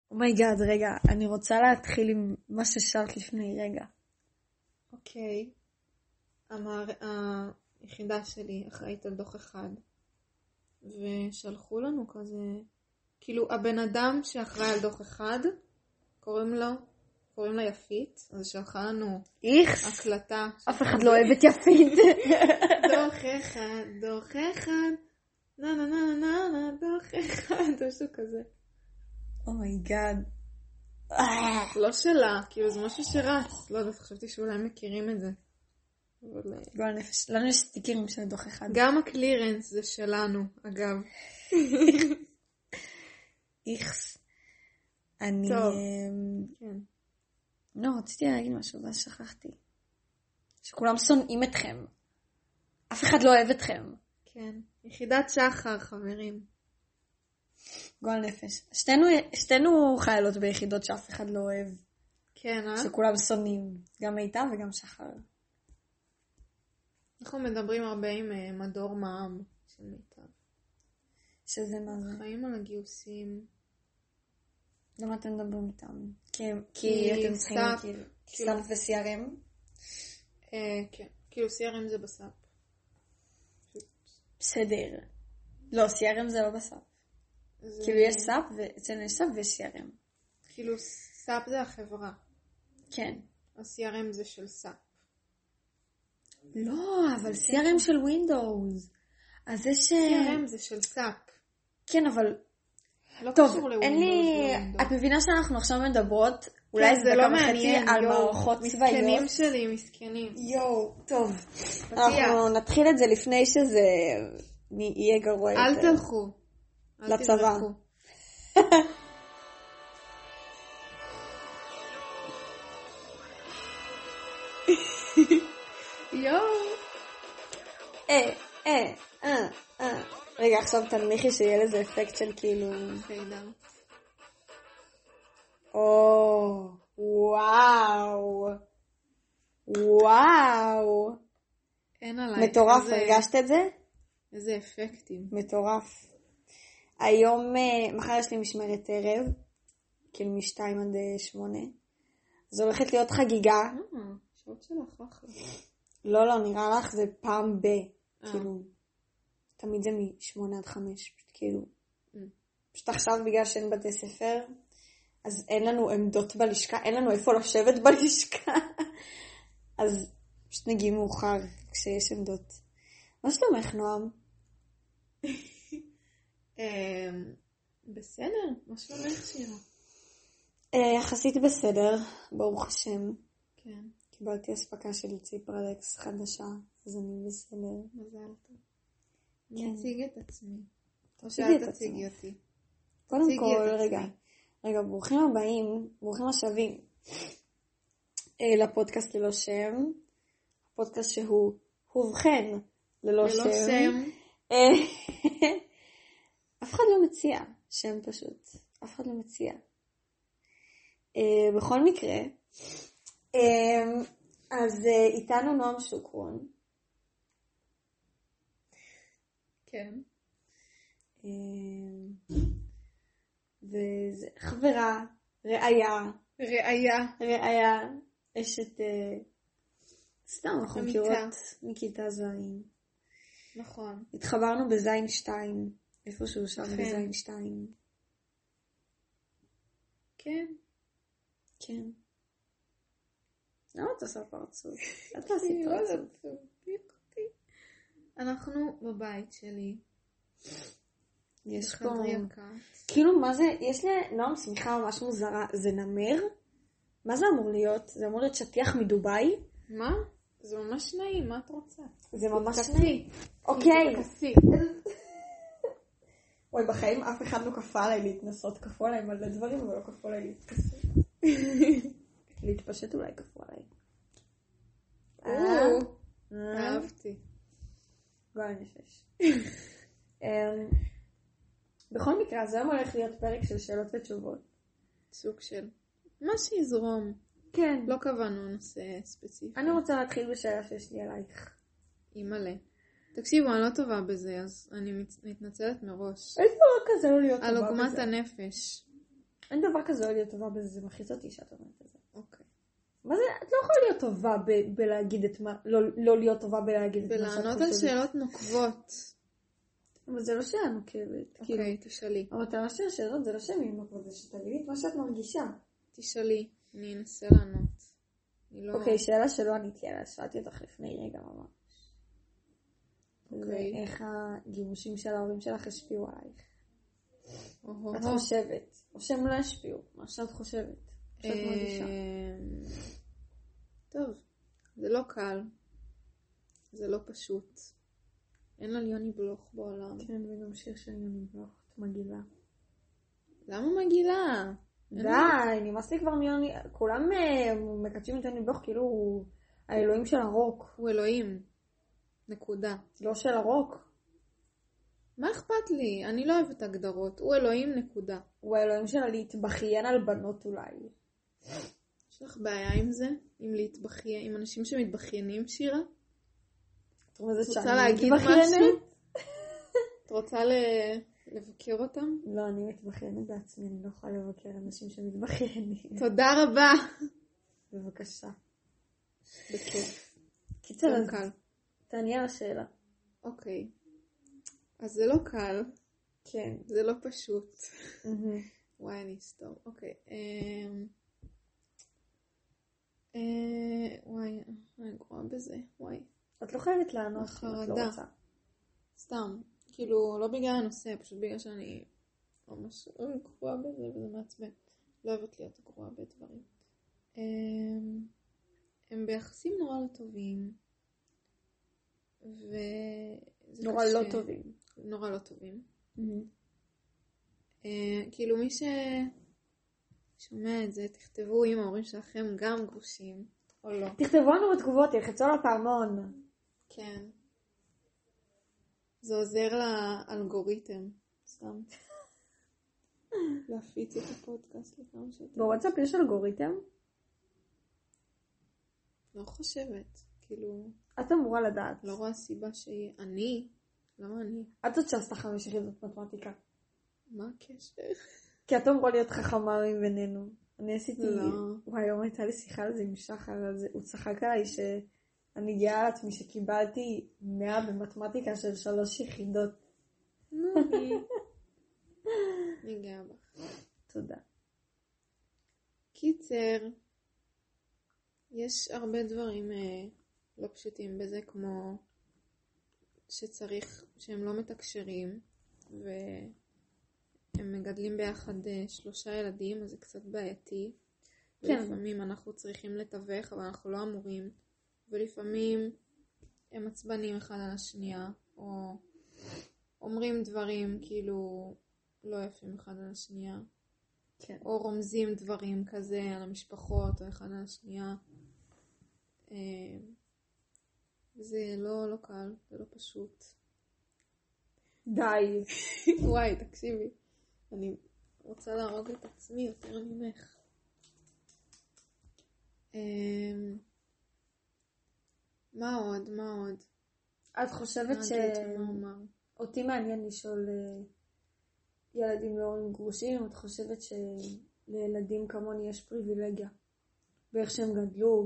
אומייגאד, רגע, אני רוצה להתחיל עם מה ששאלת לפני רגע. אוקיי. היחידה שלי אחראית על דוח אחד, ושלחו לנו כזה, כאילו הבן אדם שאחראי על דוח אחד, קוראים לה יפית, אז שלחה לנו הקלטה. אף אחד לא אוהב את יפית. דוח אחד, נה נה נה נה נה, דוח אחד, משהו כזה. אומייגאד. לא שלה, כאילו זה משהו שרץ, לא יודעת, חשבתי שאולי מכירים את זה. גועל נפש, לנו יש סטיקרים של דוח אחד. גם הקלירנס זה שלנו, אגב. איכס. אני... טוב. כן. לא, רציתי להגיד משהו, ואז שכחתי. שכולם שונאים אתכם. אף אחד לא אוהב אתכם. כן. יחידת שחר, חברים. גועל נפש. שתינו חיילות ביחידות שאף אחד לא אוהב. כן, שכולם שונאים. גם מיטב וגם שחר. אנחנו מדברים הרבה עם מדור מע"מ של מיטב. שזה מה זה? חיים על הגיוסים. למה אתם מדברים איתם? כי אתם צריכים סאפ ו-CRM? כן. כאילו CRM זה בסאפ. בסדר. לא, CRM זה לא בסאפ. כאילו יש סאפ, אצלנו יש סאפ ו-CRM. כאילו סאפ זה החברה. כן. ה-CRM זה של סאפ. לא, אבל CRM של ווינדוס. אז יש... CRM זה של סאפ. כן, אבל... לא טוב, קשור אין לי... את מבינה שאנחנו עכשיו מדברות, אולי זה לא מעניין, על מערכות צבאיות. מסכנים שלי, מסכנים. יואו, טוב. אנחנו נתחיל את זה לפני שזה יהיה גרוע יותר. אל תלכו. לצבא. יואו. רגע, עכשיו תנמיכי שיהיה לזה אפקט של כאילו... וואו. אין עליי. מטורף, הרגשת את זה? איזה אפקטים. מטורף. היום, מחר יש לי משמרת ערב, כאילו מ-2 עד 8. זו הולכת להיות חגיגה. שעות שלך אחלה. לא, נראה לך זה פעם כאילו, תמיד זה מ-8 עד 5, כאילו. פשוט עכשיו בגלל שאין בתי ספר, אז אין לנו עמדות בלשכה, אין לנו איפה לשבת בלשכה. אז פשוט נגיעים מאוחר כשיש עמדות. מה שלומך, נועם? בסדר, מה שלומך שירה? יחסית בסדר, ברוך השם. כן. קיבלתי הספקה של ציפרלקס חדשה, אז אני בסדר. מזל טוב. אני אציג את עצמי. או תציגי שאת תציגי אותי. קודם כל, רגע, ברוכים הבאים, ברוכים השבים לפודקאסט ללא שם. פודקאסט שהוא ובכן ללא שם. אף אחד לא מציע שם פשוט. אף אחד לא מציע. בכל מקרה, אז איתנו נועם שוקרון. כן. וזה חברה, ראיה, אשת, סתם אנחנו מכירות מכיתה זין. נכון. התחברנו בזין 2, איפשהו שם בזין 2. כן. למה אתה עושה פרצוף? אתה עשית פרצוף. אנחנו בבית שלי. יש פה... כאילו מה זה? יש לנועם שמחה ממש מוזרה. זה נמר? מה זה אמור להיות? זה אמור להיות שטיח מדוביי? מה? זה ממש נעים, מה את רוצה? זה ממש נעים. אוקיי. וואי, בחיים אף אחד לא כפה עליי להתנסות. כפו עליי מלא דברים, אבל לא כפו עליי להתנסות. להתפשט אולי כפו עליי. אהבתי. גועל נפש. בכל מקרה, זה הולך להיות פרק של שאלות ותשובות. סוג של מה שיזרום. כן. לא קבענו נושא ספציפי. אני רוצה להתחיל בשאלה שיש לי עלייך. אימא'לה. תקשיבו, אני לא טובה בזה, אז אני מתנצלת מראש. אין דבר כזה לא להיות טובה על בזה. עוגמת הנפש. אין דבר כזה לא להיות טובה בזה, זה מחיץ אותי שאת אומרת את זה. אוקיי. מה זה? את לא יכולה להיות טובה בלהגיד את מה, לא להיות טובה בלהגיד את מה שאת חושבת. בלענות על שאלות נוקבות. אבל זה לא שאלה נוקבת. אוקיי, תשאלי. המטרה של השאלות זה לא שאלות נוקבות, זה שתגידי את מה שאת מרגישה. תשאלי, אני אנסה לענות. אוקיי, שאלה שלא עניתי עליה, שאלתי אותך לפני רגע ממש. אוקיי. איך הגירושים של ההורים שלך השפיעו עלייך? את חושבת, או שהם לא השפיעו, מה שאת חושבת, שאת מרגישה. טוב, זה לא קל, זה לא פשוט. אין לה יוני בלוך בעולם. כן, וגם שיר של יוני בלוך, את מגעילה. למה מגעילה? די, נמאס לי כבר מיוני, כולם מקדשים את יוני בלוך כאילו הוא האלוהים של הרוק. הוא אלוהים, נקודה. לא של הרוק. מה אכפת לי? אני לא אוהבת הגדרות. הוא אלוהים, נקודה. הוא האלוהים שלה להתבכיין על בנות אולי. יש לך בעיה עם זה? עם להתבכיין? עם אנשים שמתבכיינים, שירה? את רוצה להגיד משהו? את רוצה לבקר אותם? לא, אני מתבכיינת בעצמי, אני לא יכולה לבקר אנשים שמתבכיינים. תודה רבה. בבקשה. בכיף. קיצר, אז תעני על השאלה. אוקיי. אז זה לא קל. כן. זה לא פשוט. וואי, אני אסתום. אוקיי. וואי, אני גרועה בזה. וואי. את לא חייבת לענות, את לא רוצה. סתם. כאילו, לא בגלל הנושא, פשוט בגלל שאני ממש גרועה בזה, וזה מעצבן. לא אוהבת להיות גרועה בדברים. הם ביחסים נורא לא טובים. נורא לא טובים. נורא לא טובים. כאילו מי ששומע את זה, תכתבו אם ההורים שלכם גם גרושים או לא. תכתבו לנו בתגובות, תלחצו על הפעמון. כן. זה עוזר לאלגוריתם. סתם. להפיץ את הפודקאסט לכמה שיותר. בוואטסאפ יש אלגוריתם? לא חושבת. כאילו... את אמורה לדעת. לא רואה סיבה שיהיה. אני? למה אני? את עוד שעשתה 5 יחידות מתמטיקה. מה הקשר? כי את אמורה להיות חכמה מבינינו. אני עשיתי... לא. וואי, היום הייתה לי שיחה על זה עם שחר, אז הוא צחק עליי שאני גאה על עצמי שקיבלתי 100 במתמטיקה של 3 יחידות. אני גאה בך. תודה. קיצר, יש הרבה דברים לא פשוטים בזה, כמו שצריך, שהם לא מתקשרים, והם מגדלים ביחד 3 ילדים, אז זה קצת בעייתי. כן. ולפעמים אנחנו צריכים לתווך, אבל אנחנו לא אמורים. ולפעמים הם עצבנים אחד על השנייה, או אומרים דברים כאילו לא יפים אחד על השנייה. כן. או רומזים דברים כזה על המשפחות, או אחד על השנייה. זה לא קל, זה לא פשוט. די. וואי, תקשיבי. אני רוצה להרוג את עצמי יותר ממך. מה עוד? את חושבת אותי מעניין לשאול ילדים להורים גרושים, את חושבת שלילדים כמוני יש פריבילגיה? באיך שהם גדלו,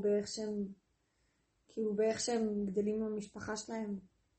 באיך שהם גדלים עם המשפחה שלהם?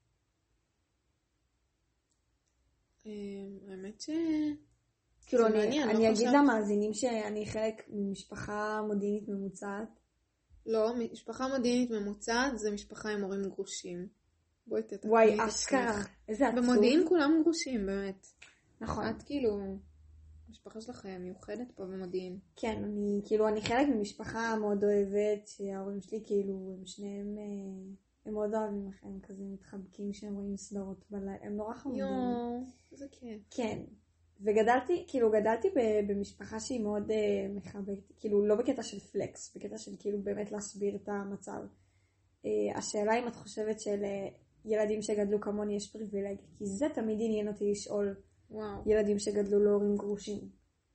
האמת כאילו אני אגיד למאזינים שאני חלק ממשפחה מודיעינית ממוצעת. לא, משפחה מודיעינית ממוצעת זה משפחה עם הורים גרושים. בואי תתקני. וואי, אשכרה, איזה עצוב. במודיעין כולם גרושים, באמת. נכון. את כאילו, המשפחה שלך מיוחדת פה במודיעין. כן, אני חלק ממשפחה מאוד אוהבת, שההורים שלי כאילו, הם שניהם, הם מאוד אוהבים לכם, הם כזה מתחבקים שהם רואים סדרות בלילה, הם נורא חמודים. זה כיף. כן. וגדלתי במשפחה שהיא מאוד מחבקת, כאילו לא בקטע של פלקס, בקטע של כאילו באמת להסביר את המצב. השאלה אם את חושבת שלילדים שגדלו כמוני יש פריבילגיה, כי זה תמיד עניין אותי לשאול ילדים שגדלו להורים גרושים.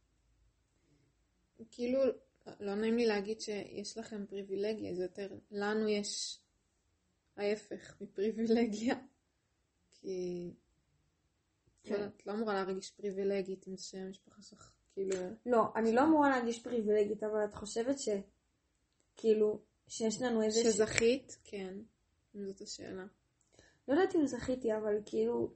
כאילו, לא נעים לי להגיד שיש לכם פריבילגיה, זה יותר, לנו יש ההפך מפריבילגיה. כי... כן. את לא אמורה להרגיש פריבילגית עם זה שהמשפחה שלך כאילו... לא, אני לא אמורה להרגיש פריבילגית, אבל את חושבת כאילו, שיש לנו איזה... שזכית? כן. אם זאת השאלה. לא יודעת אם זכיתי, אבל כאילו,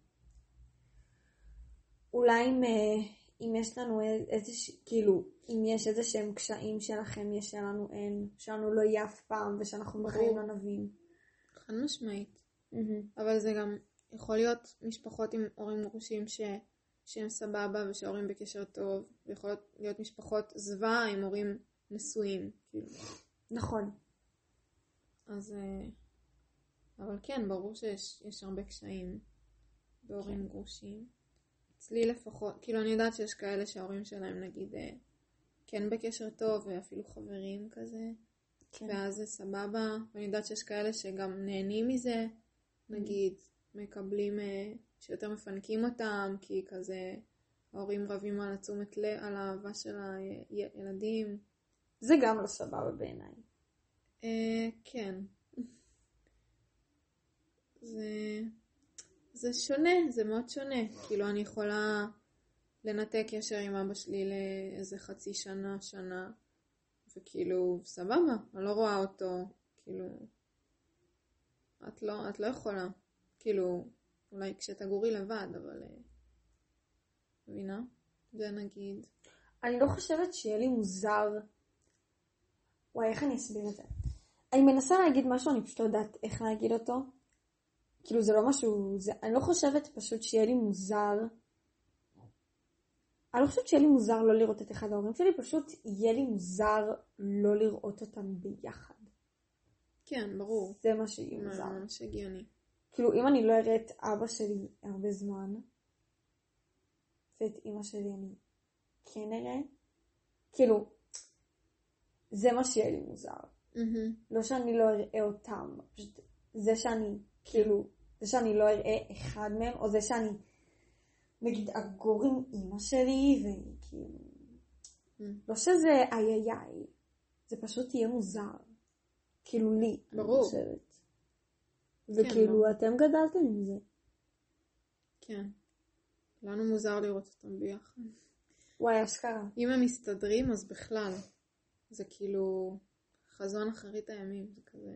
אולי אם יש לנו כאילו, אם יש איזה שהם קשיים שלכם, יש שלנו אין, שלנו לא יהיה אף פעם, ושאנחנו בחיים לא נבין. חד משמעית. אבל זה גם יכול להיות משפחות עם הורים גרושים שהם סבבה ושההורים בקשר טוב, ויכול להיות משפחות זוועה עם הורים נשואים, כאילו. נכון. אז, אבל כן, ברור שיש הרבה קשיים בהורים גרושים. אצלי לפחות, כאילו אני יודעת שיש כאלה שההורים שלהם נגיד כן בקשר טוב ואפילו חברים כזה, כן. ואז זה סבבה, ואני יודעת שיש כאלה שגם נהנים מזה, נגיד מקבלים שיותר מפנקים אותם, כי כזה ההורים רבים על התשומת לב, על האהבה של הילדים. זה גם לא סבבה בעיניי. כן. זה שונה, זה מאוד שונה. כאילו אני יכולה לנתק קשר עם אבא שלי לאיזה חצי שנה, שנה, וכאילו סבבה, אני לא רואה אותו, כאילו, את לא יכולה, כאילו, אולי כשתגורי לבד, אבל, מבינה? זה נגיד. אני לא חושבת שיהיה לי מוזר, וואי, איך אני אסביר את זה? אני מנסה להגיד משהו, אני פשוט לא יודעת איך להגיד אותו. כאילו זה לא משהו, אני לא חושבת פשוט שיהיה לי מוזר. אני לא חושבת שיהיה לי מוזר לא לראות את אחד ההורים שלי, פשוט יהיה לי מוזר לא לראות אותם ביחד. כן, ברור. זה מה שיהיה מוזר. ממש הגיוני. כאילו אם אני לא אראה את אבא שלי הרבה זמן, ואת אמא שלי אני כן אראה, כאילו, זה מה שיהיה לי מוזר. לא שאני לא אראה אותם, פשוט זה שאני, כאילו, זה שאני לא אראה אחד מהם, או זה שאני, נגיד, אגור עם אמא שלי, וכאילו, לא שזה איי, זה פשוט יהיה מוזר. כאילו לי, ברור. אני חושבת. וכאילו, אתם גדלתם עם זה. כן. לנו מוזר לראות אותם ביחד. וואי, אשכרה. אם הם מסתדרים, אז בכלל. זה כאילו חזון אחרית הימים, זה כזה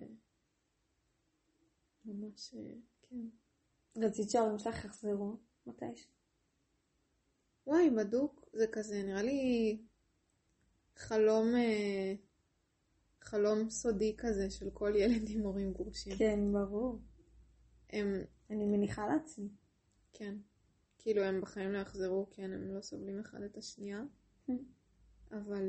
ממש, כן. רצית שההורים שלך יחזרו מתיש? וואי, בדוק, זה כזה, נראה לי חלום סודי כזה של כל ילד עם הורים גרושים. כן, ברור. אני מניחה לעצמי. כן. כאילו הם בחיים לא יחזרו, כן, הם לא סובלים אחד את השנייה. אבל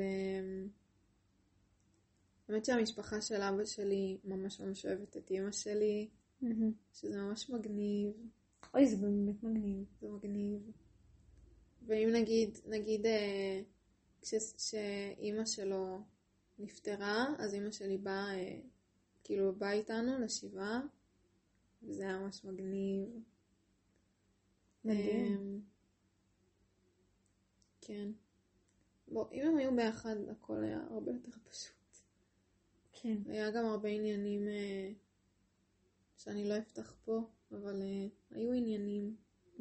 באמת שהמשפחה של אבא שלי ממש ממש אוהבת את אמא שלי, שזה ממש מגניב. אוי, זה באמת מגניב. זה מגניב. ואם נגיד כשאמא שלו נפטרה, אז אמא שלי באה איתנו לשבעה, וזה היה ממש מגניב. מדהים. כן. בוא, אם הם היו ביחד, הכל היה הרבה יותר פשוט. כן. היה גם הרבה עניינים שאני לא אפתח פה, אבל היו עניינים.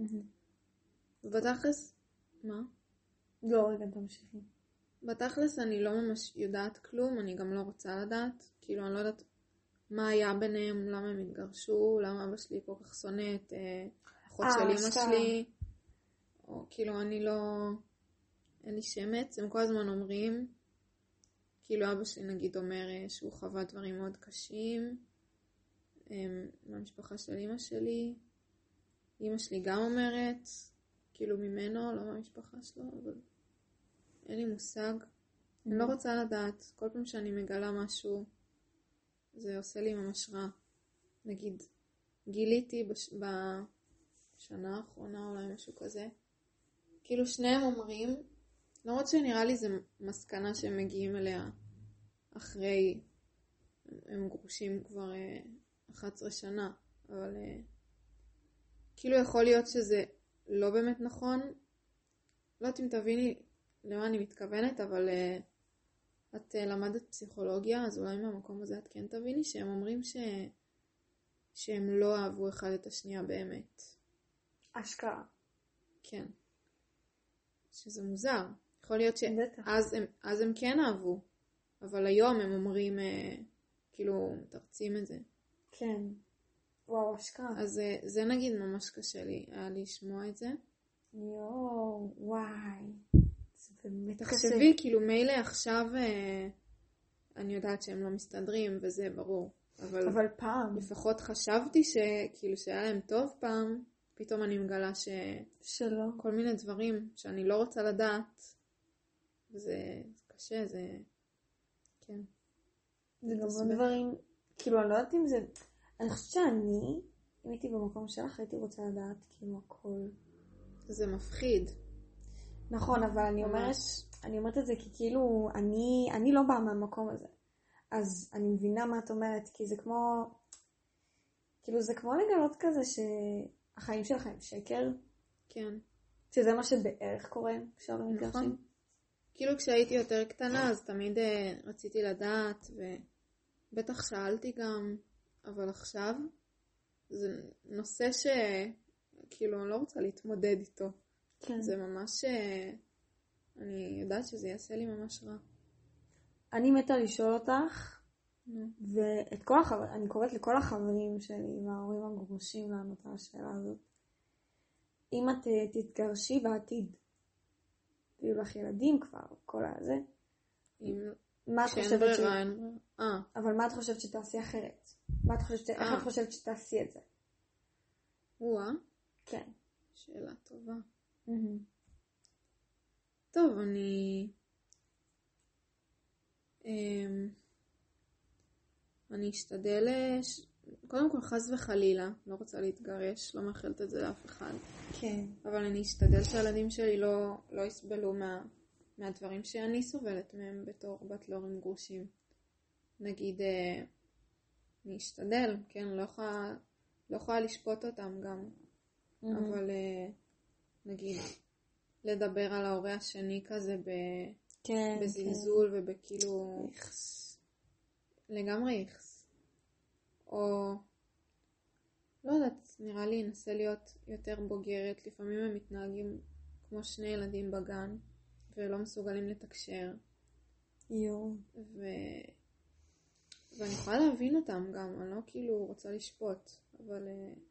ובתכלס, מה? לא, רגע, תמשיכי. בתכלס אני לא ממש יודעת כלום, אני גם לא רוצה לדעת. כאילו, אני לא יודעת מה היה ביניהם, למה הם התגרשו, למה אבא שלי כל כך שונא את אחות של אמא שלי. או כאילו, אני לא... אין לי שמץ, הם כל הזמן אומרים, כאילו אבא שלי נגיד אומר שהוא חווה דברים מאוד קשים, מהמשפחה של אמא שלי, אמא שלי גם אומרת, כאילו ממנו, לא מהמשפחה שלו, אבל אין לי מושג. אני לא רוצה לדעת, כל פעם שאני מגלה משהו, זה עושה לי ממש רע. נגיד, גיליתי בשנה האחרונה אולי משהו כזה, כאילו שניהם אומרים, למרות שנראה לי זה מסקנה שהם מגיעים אליה אחרי, הם גרושים כבר 11 שנה, אבל כאילו יכול להיות שזה לא באמת נכון. לא יודעת אם תביני למה אני מתכוונת, אבל את למדת פסיכולוגיה, אז אולי מהמקום הזה את כן תביני שהם אומרים שהם לא אהבו אחד את השנייה באמת. אשכרה. כן. שזה מוזר. יכול להיות שאז הם כן אהבו, אבל היום הם אומרים, כאילו, מתרצים את זה. כן. וואו, אשכרה. אז זה נגיד ממש קשה לי, היה לי לשמוע את זה. יואו, וואי. זה באמת קשה. תחשבי, כאילו מילא עכשיו, אני יודעת שהם לא מסתדרים, וזה ברור. אבל פעם. לפחות חשבתי שכאילו שהיה להם טוב פעם, פתאום אני מגלה שלא. כל מיני דברים שאני לא רוצה לדעת, וזה קשה, זה... כן. זה גם לא דברים, כאילו אני לא יודעת אם זה... אני חושבת שאני, אם הייתי במקום שלך, הייתי רוצה לדעת כאילו הכל. זה מפחיד. נכון, אבל אני אומרת את זה כי כאילו אני לא באה מהמקום הזה. אז אני מבינה מה את אומרת, כי זה כמו, כאילו זה כמו לגלות כזה שהחיים שלך הם שקר. כן. שזה מה שבערך קורה כשההורים מתגרשים. נכון. כאילו כשהייתי יותר קטנה, אז תמיד רציתי לדעת, ובטח שאלתי גם, אבל עכשיו זה נושא שכאילו אני לא רוצה להתמודד איתו. כן. זה ממש, אני יודעת שזה יעשה לי ממש רע. אני מתה לשאול אותך, ואת כל אני קוראת לכל החברים שלי וההורים הגרושים לענות על השאלה הזאת. אם את תתגרשי בעתיד, ויהיו לך ילדים כבר, כל הזה, מה את חושבת אבל מה את חושבת שתעשי אחרת? איך את חושבת שתעשי את זה? כן. שאלה טובה. טוב, אני אשתדל, קודם כל חס וחלילה, לא רוצה להתגרש, לא מאחלת את זה לאף אחד. כן. אבל אני אשתדל שהילדים שלי לא יסבלו מהדברים שאני סובלת מהם בתור בת להורים גרושים. נגיד, אני אשתדל, כן, לא יכולה לשפוט אותם גם, אבל נגיד, לדבר על ההורה השני כזה בזלזול ובכאילו לגמרי יחס. או לא יודעת, נראה לי אנסה להיות יותר בוגרת. לפעמים הם מתנהגים כמו שני ילדים בגן ולא מסוגלים לתקשר. ואני יכולה להבין אותם גם, אני לא כאילו רוצה לשפוט, אבל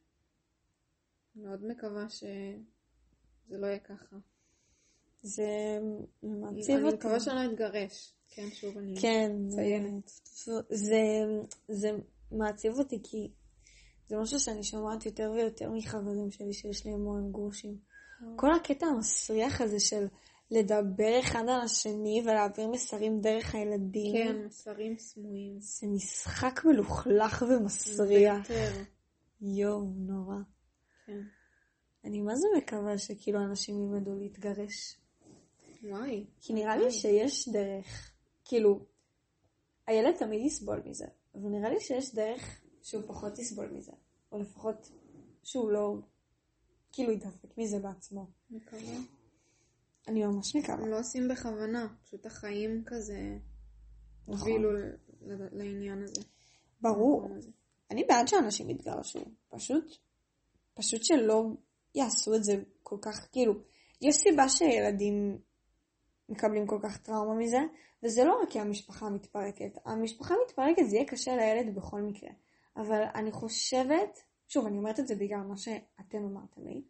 מאוד מקווה שזה לא יהיה ככה. זה מעציב אותי. אני מקווה שאני לא אתגרש. כן, שוב אני מציינת. זה מעציב אותי כי זה משהו שאני שומעת יותר ויותר מחברים שלי שיש לי המון גרושים. כל הקטע המסריח הזה של לדבר אחד על השני ולהעביר מסרים דרך הילדים. כן, מסרים סמויים. זה משחק מלוכלך ומסריח. נורא. כן. אני מה זה מקווה שכאילו אנשים ילמדו להתגרש. וואי. כי נראה לי שיש דרך, כאילו, הילד תמיד יסבול מזה, אבל נראה לי שיש דרך שהוא פחות יסבול מזה, או לפחות שהוא לא, כאילו ידפק מזה בעצמו. מקווה. אני ממש מקווה. לא עושים בכוונה, פשוט החיים כזה הובילו לעניין הזה. ברור. אני בעד שאנשים יתגרשו, פשוט שלא יעשו את זה כל כך, כאילו, יש סיבה שילדים מקבלים כל כך טראומה מזה, וזה לא רק כי המשפחה מתפרקת. המשפחה מתפרקת, זה יהיה קשה לילד בכל מקרה. אבל אני חושבת, שוב, אני אומרת את זה בגלל מה שאתם אמרתם לי,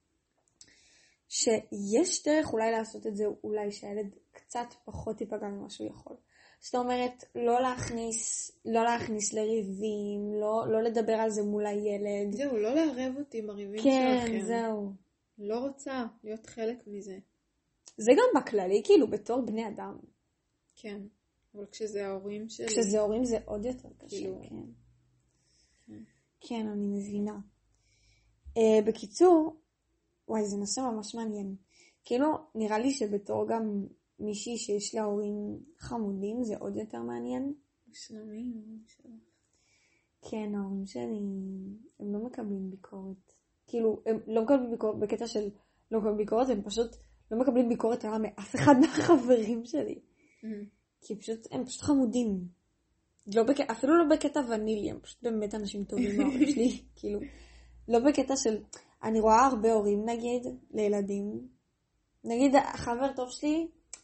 שיש דרך אולי לעשות את זה, אולי שהילד קצת פחות ייפגע ממה שהוא יכול. זאת אומרת, לא להכניס לריבים, לא לדבר על זה מול הילד. זהו, לא לערב אותי בריבים שלכם. כן, זהו. לא רוצה להיות חלק מזה. זה גם בכללי, כאילו, בתור בני אדם. כן, אבל כשזה ההורים שלי... כשזה ההורים זה עוד יותר קשה, כאילו... כן. כן, אני מבינה. בקיצור, וואי, זה נושא ממש מעניין. כאילו, נראה לי שבתור גם מישהי שיש לה הורים חמודים, זה עוד יותר מעניין. שלמים, ההורים שלך. כן, ההורים שלי, הם לא מקבלים ביקורת. כאילו, הם לא מקבלים ביקורת בקטע של לא מקבלים ביקורת, הם פשוט לא מקבלים ביקורת רעה מאף אחד מהחברים שלי. כי הם פשוט חמודים. אפילו לא בקטע ונילי, הם פשוט באמת אנשים טובים מההורים שלי. כאילו, לא בקטע של... אני רואה הרבה הורים, נגיד, לילדים. נגיד, החבר טוב שלי,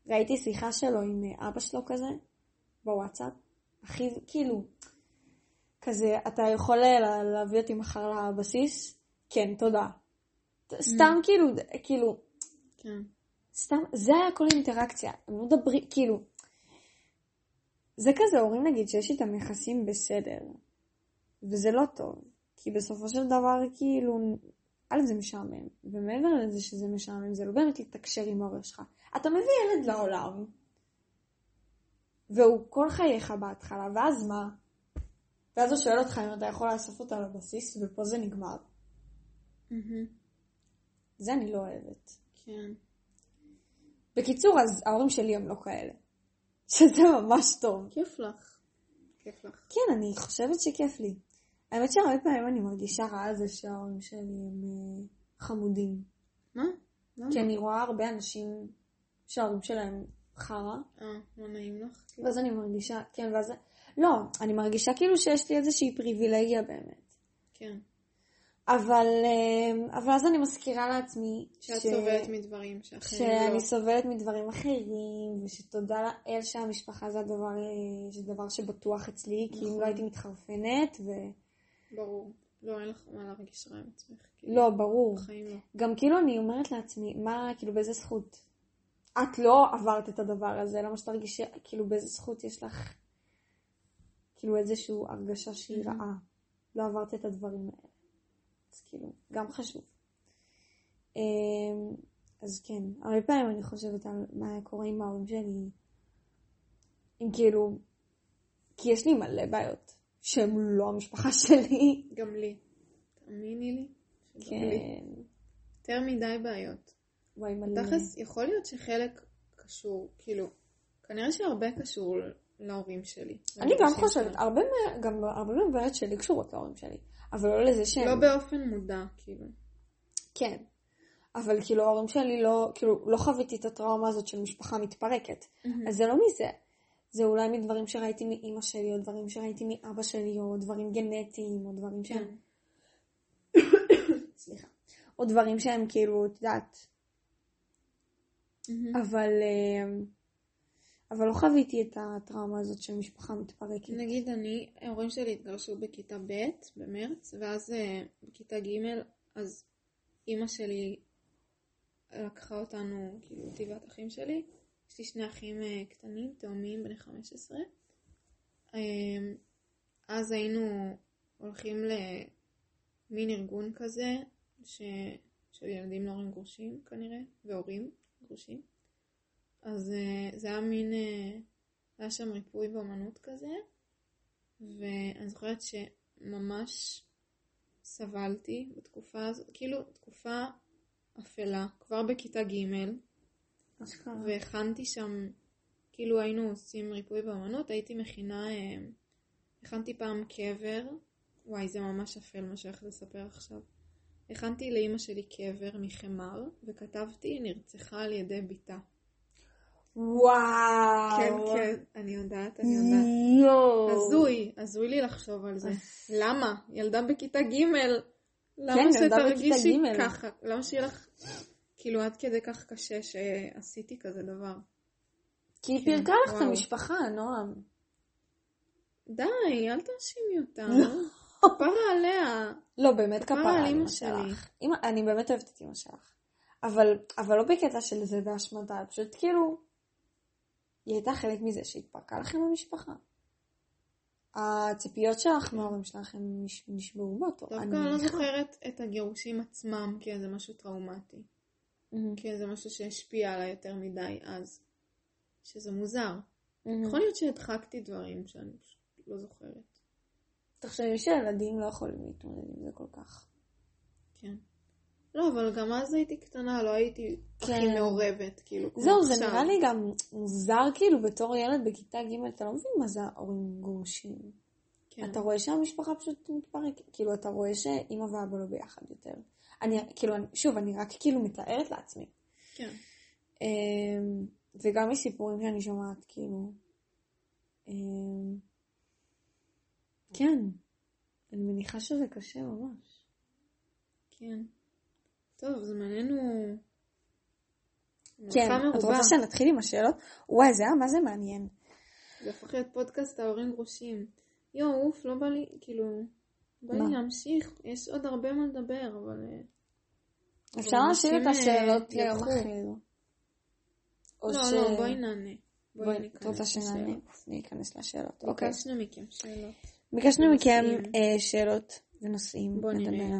ראיתי שיחה שלו עם אבא שלו כזה, בוואטסאפ. אחיו, כאילו, כזה, אתה יכול להביא אותי מחר לבסיס? כן, תודה. סתם כאילו, כן. סתם, זה היה כל אינטראקציה. הם לא מדברים, כאילו, זה כזה, הורים נגיד שיש איתם יחסים בסדר, וזה לא טוב, כי בסופו של דבר, כאילו, זה משעמם, ומעבר לזה שזה משעמם, זה לא באמת להתקשר עם ההורה שלך. אתה מביא ילד לעולם, והוא כל חייך בהתחלה, ואז מה? ואז הוא שואל אותך אם אתה יכול לאסוף אותה לבסיס, ופה זה נגמר. זה אני לא אוהבת. כן. בקיצור, אז ההורים שלי הם לא כאלה. שזה ממש טוב. כיף לך. כיף לך. כן, אני חושבת שכיף לי. האמת שהרבה פעמים אני מרגישה רע על זה שההורים שלי הם חמודים. מה? כי אני רואה הרבה אנשים שההורים שלהם חרה. לא נעים לך? ואז אני מרגישה, כן, ואז... לא, אני מרגישה כאילו שיש לי איזושהי פריבילגיה באמת. כן. אבל אז אני מזכירה לעצמי שאת סובלת מדברים שאחרים לא. שאני סובלת מדברים אחרים, ושתודה לאל שהמשפחה זה דבר שבטוח אצלי, כי אם לא הייתי מתחרפנת ברור. לא, אין לך מה להרגיש רע עם עצמך. לא, ברור. בחיים לא. גם כאילו אני אומרת לעצמי, מה, כאילו באיזה זכות? את לא עברת את הדבר הזה, למה שתרגישי, כאילו באיזה זכות יש לך, כאילו איזשהו הרגשה שהיא רעה. לא עברת את הדברים האלה. אז כאילו, גם חשוב. אז כן, הרבה פעמים אני חושבת על מה קורה עם ההורים שלי, אם כאילו, כי יש לי מלא בעיות, שהם לא המשפחה שלי. גם לי. תאמיני לי. כן. יותר מדי בעיות. וואי מלא. תכלס, יכול להיות שחלק קשור, כאילו, כנראה שהרבה קשור להורים שלי. אני גם חושבת, הרבה מהבעיות שלי קשורות להורים שלי, אבל לא לזה שהם... לא באופן מודע, כאילו. כן. אבל כאילו ההורים שלי לא חוויתי את הטראומה הזאת של משפחה מתפרקת. אז זה לא מזה. זה אולי מדברים שראיתי מאמא שלי, או דברים שראיתי מאבא שלי, או דברים גנטיים, או דברים שהם... סליחה. או דברים שהם כאילו, את יודעת. אבל לא חוויתי את הטראומה הזאת של משפחה מתפרקת. נגיד ההורים שלי התגרשו בכיתה ב' במרץ, ואז בכיתה ג' אז אמא שלי לקחה אותנו, כאילו אותי ואת אחים שלי. יש לי 2 אחים קטנים, תאומים, בני 15. אז היינו הולכים למין ארגון כזה, של ילדים להורים גרושים כנראה, והורים גרושים. אז זה היה היה שם ריפוי באמנות כזה, ואני זוכרת שממש סבלתי בתקופה הזאת, כאילו תקופה אפלה, כבר בכיתה ג' והכנתי שם, כאילו היינו עושים ריפוי באמנות, הייתי הכנתי פעם קבר, וואי זה ממש אפל מה שהולך לספר עכשיו. הכנתי לאמא שלי קבר מחמר, וכתבתי נרצחה על ידי ביתה. וואו. כן, כן, אני יודעת. הזוי לי לחשוב על זה. למה? ילדה בכיתה ג' למה שתרגישי ככה? למה שיהיה לך, כאילו עד כדי כך קשה שעשיתי כזה דבר? כי היא פירקה לך את המשפחה, נועם. די, אל תאשימי אותה. כפרה עליה. לא, באמת כפרה על אמא שלך. אני באמת אוהבת את אמא שלך. אבל לא בקטע של זה באשמתה, פשוט כאילו, היא הייתה חלק מזה שהתפרקה לכם במשפחה. הציפיות שלך מההורים שלך הם נשברו באותו. דווקא אני לא זוכרת את הגירושים עצמם כאיזה משהו טראומטי. כאיזה משהו שהשפיע עליי יותר מדי אז. שזה מוזר. יכול להיות שהדחקתי דברים שאני לא זוכרת. תחשבי שילדים לא יכולים להתמודד עם זה כל כך. כן. לא, אבל גם אז הייתי קטנה, לא הייתי הכי מעורבת, כאילו. זהו, זה נראה לי גם מוזר, כאילו, בתור ילד בכיתה ג' אתה לא מבין מה זה ההורים גרושים. כן. אתה רואה שהמשפחה פשוט מתפרקת, כאילו, אתה רואה שאמא ואבא לא ביחד יותר. שוב, אני רק כאילו מתארת לעצמי. כן. וגם מסיפורים שאני שומעת, כאילו, כן, אני מניחה שזה קשה ממש. כן. טוב, זמננו כן, את רוצה שנתחיל עם השאלות? וואי, זה היה מה זה מעניין. זה הפך להיות פודקאסט ההורים גרושים. אוף, לא בא לי, כאילו, בא לי להמשיך. יש עוד הרבה מה לדבר, אבל... אפשר להשאיר את השאלות ליום אחר. לא, בואי נענה. את רוצה שנענה? ניכנס לשאלות. ביקשנו מכם שאלות. ביקשנו מכם שאלות ונושאים. בוא נראה.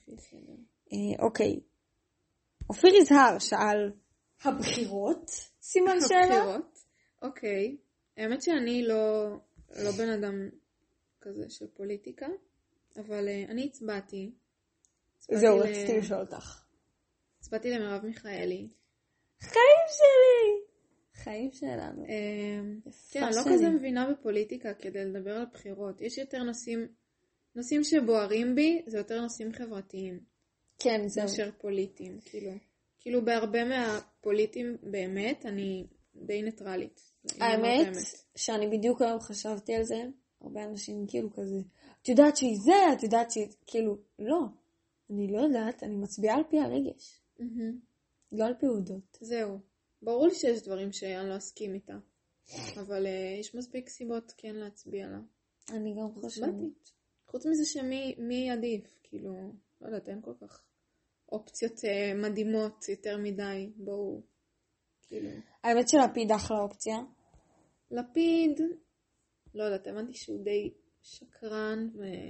אוקיי. אופיר יזהר שאל, הבחירות? סימן שאלה? הבחירות? אוקיי. האמת שאני לא בן אדם כזה של פוליטיקה, אבל אני הצבעתי. זהו, רציתי לשאול אותך. הצבעתי למרב מיכאלי. חיים שלי! חיים שלנו. כן, אני לא כזה מבינה בפוליטיקה כדי לדבר על בחירות. יש יותר נושאים שבוערים בי, זה יותר נושאים חברתיים. כן, זהו. מאשר פוליטיים, כאילו בהרבה מהפוליטיים באמת, אני די ניטרלית. האמת שאני בדיוק היום חשבתי על זה, הרבה אנשים כאילו כזה, את יודעת שהיא זה, את יודעת שהיא, כאילו, לא. אני לא יודעת, אני מצביעה על פי הרגש. לא על פי עובדות. זהו. ברור לי שיש דברים שאני לא אסכים איתה. אבל יש מספיק סיבות כן להצביע לה. אני גם חושבת. חוץ מזה שמי עדיף, כאילו, לא יודעת, אין כל כך אופציות מדהימות יותר מדי, בואו, כאילו. האמת שלפיד אחלה אופציה. לפיד, לא יודעת, האמנתי שהוא די שקרן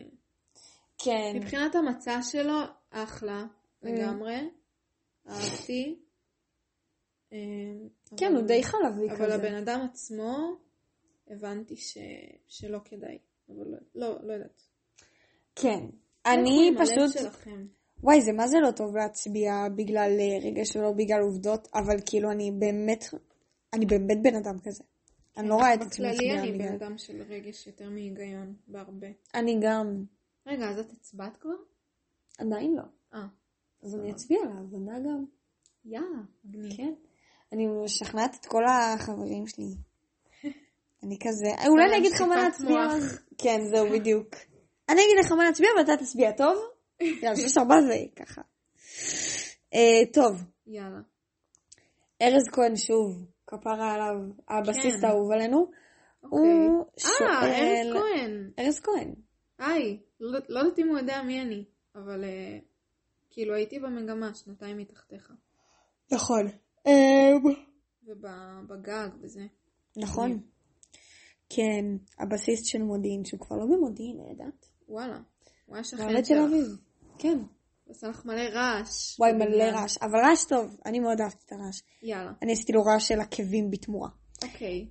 כן. מבחינת המצע שלו, אחלה, לגמרי. אהבתי. כן, הוא די חלבי כזה. אבל הבן אדם עצמו, הבנתי שלא כדאי. אבל לא יודעת. כן. אני פשוט... וואי, זה מה זה לא טוב להצביע בגלל רגש ולא בגלל עובדות, אבל כאילו אני באמת בן אדם כזה. אני לא רואה את עצמי מצביעה. בכללי אני בן אדם של רגש יותר מהיגיון, בהרבה. אני גם. רגע, אז את הצבעת כבר? עדיין לא. אז אני אצביע לעבודה גם. כן. אני משכנעת את כל החברים שלי. אני כזה, אולי אני אגיד לך מה להצביע. כן, זהו בדיוק. אני אגיד לך מה להצביע ואתה תצביע, טוב? יאללה, שיש הרבה זה ככה. טוב. יאללה. ארז כהן שוב, כפרה עליו, הבסיס האהוב עלינו. הוא שואל... ארז כהן. היי, לא יודעת אם הוא יודע מי אני, אבל כאילו הייתי במגמה 2 מתחתיך. נכון. ובגג וזה. נכון. כן, הבסיס של מודיעין, שהוא כבר לא במודיעין, ידעת? וואלה. הוא היה שכן שלך. תל אביב. כן. עשה לך מלא רעש. וואי, מלא רעש. אבל רעש טוב. אני מאוד אהבתי את הרעש. יאללה. אני עשיתי לו רעש של עקבים בתמורה. אוקיי.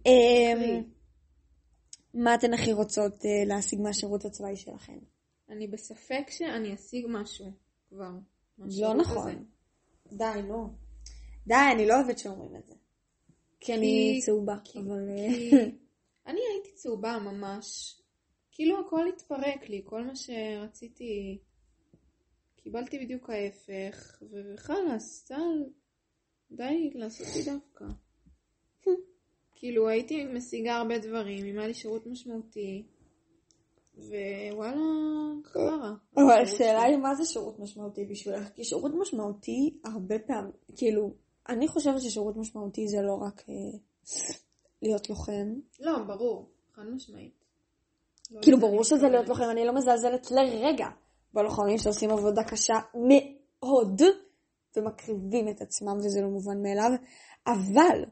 מה אתן הכי רוצות להשיג מהשירות הצבאי שלכם? אני בספק שאני אשיג משהו כבר. לא נכון. די, לא. די, אני לא אוהבת שאומרים את זה. כי אני צהובה. אני הייתי צהובה ממש. כאילו הכל התפרק לי, כל מה שרציתי, קיבלתי בדיוק ההפך, וחלס, די לעשות לי דווקא. כאילו הייתי משיגה הרבה דברים, אם היה לי שירות משמעותי, ווואלה, חרה. אבל השאלה היא מה זה שירות משמעותי בשבילך? כי שירות משמעותי הרבה פעמים, כאילו, אני חושבת ששירות משמעותי זה לא רק להיות לוחם. לא, ברור, חד משמעית. כאילו ברור שזה להיות לוחם, אני לא מזלזלת לרגע בלוחמים שעושים עבודה קשה מאוד ומקריבים את עצמם וזה לא מובן מאליו, אבל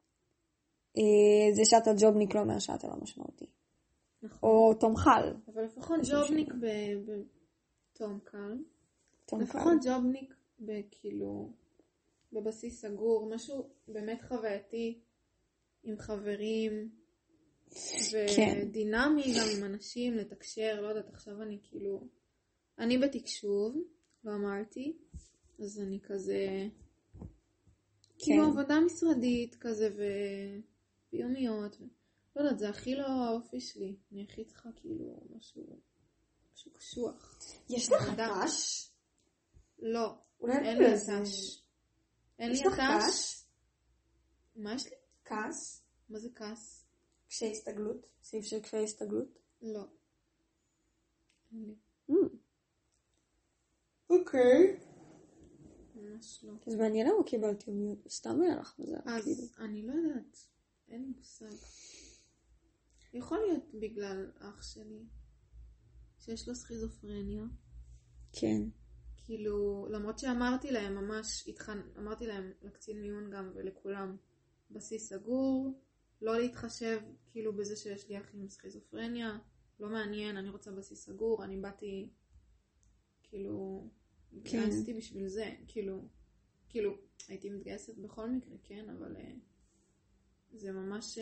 זה שאתה ג'ובניק לא אומר שאתה לא משמעותי. נכון. או תומחל. אבל לפחות ג'ובניק תומקל. לפחות ג'ובניק כאילו בבסיס סגור, משהו באמת חווייתי עם חברים. ודינמי גם עם אנשים, לתקשר, לא יודעת, עכשיו אני כאילו, אני בתקשוב, לא אמרתי, אז אני כזה, כאילו עבודה משרדית כזה ויומיות, לא יודעת, זה הכי לא האופי שלי, אני הכי צריכה כאילו משהו קשוח. יש לך קש? לא, אין לי קש. יש לך קש? מה יש לי? קש? מה זה קש? קשיי הסתגלות? סעיף של קשיי הסתגלות? לא. אוקיי. ממש לא. אז מעניין למה קיבלתי יומיות, סתם היה לך מזל. אז אני לא יודעת, אין לי מושג. יכול להיות בגלל אח שלי, שיש לו סכיזופרניה. כן. כאילו, למרות שאמרתי להם ממש, אמרתי להם לקצין מיון גם ולכולם, בסיס סגור, לא להתחשב כאילו בזה שיש לי אח עם סכיזופרניה, לא מעניין, אני רוצה בסיס סגור, אני באתי, כאילו, התגייסתי בשביל זה, כאילו, הייתי מתגייסת בכל מקרה, כן, אבל זה ממש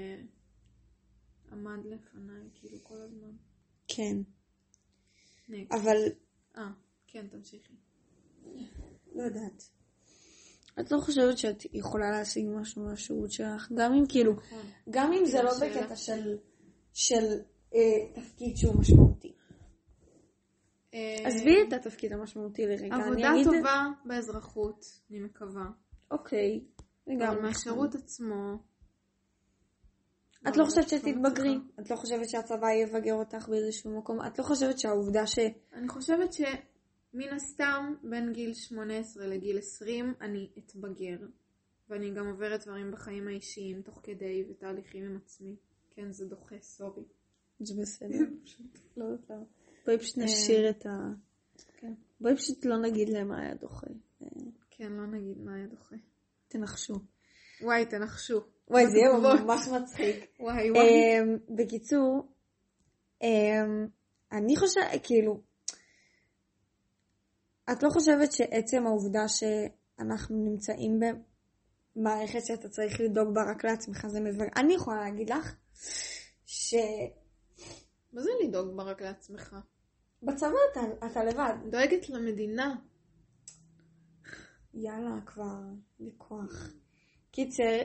עמד לפניי, כאילו, כל הזמן. כן. Next. אבל... כן, תמשיכי. לא יודעת. את לא חושבת שאת יכולה להשיג משהו מהשירות שלך? גם אם כאילו, גם אם זה לא בקטע של תפקיד שהוא משמעותי. עזבי את התפקיד המשמעותי לרגע. עבודה טובה באזרחות, אני מקווה. אוקיי. אבל מהשירות עצמו... את לא חושבת שתתבגרי? את לא חושבת שהצבא יבגר אותך באיזשהו מקום? את לא חושבת שהעובדה ש... אני חושבת שמן הסתם בין גיל 18 לגיל 20 אני אתבגר. ואני גם עוברת דברים בחיים האישיים תוך כדי ותהליכים עם עצמי. כן, זה דוחה, סורי. זה בסדר. לא יודעת. בואי פשוט נשאיר את ה... בואי פשוט לא נגיד להם מה היה דוחה. כן, לא נגיד מה היה דוחה. תנחשו. וואי, תנחשו. וואי, זה יהיה ממש מצחיק. וואי. בקיצור, אני חושבת, כאילו, את לא חושבת שעצם העובדה שאנחנו נמצאים במערכת שאתה צריך לדאוג בה רק לעצמך, זה מבגר. אני יכולה להגיד לך מה זה לדאוג בה רק לעצמך? בצבא אתה לבד. דואגת למדינה. יאללה, כבר בכוח. קיצר,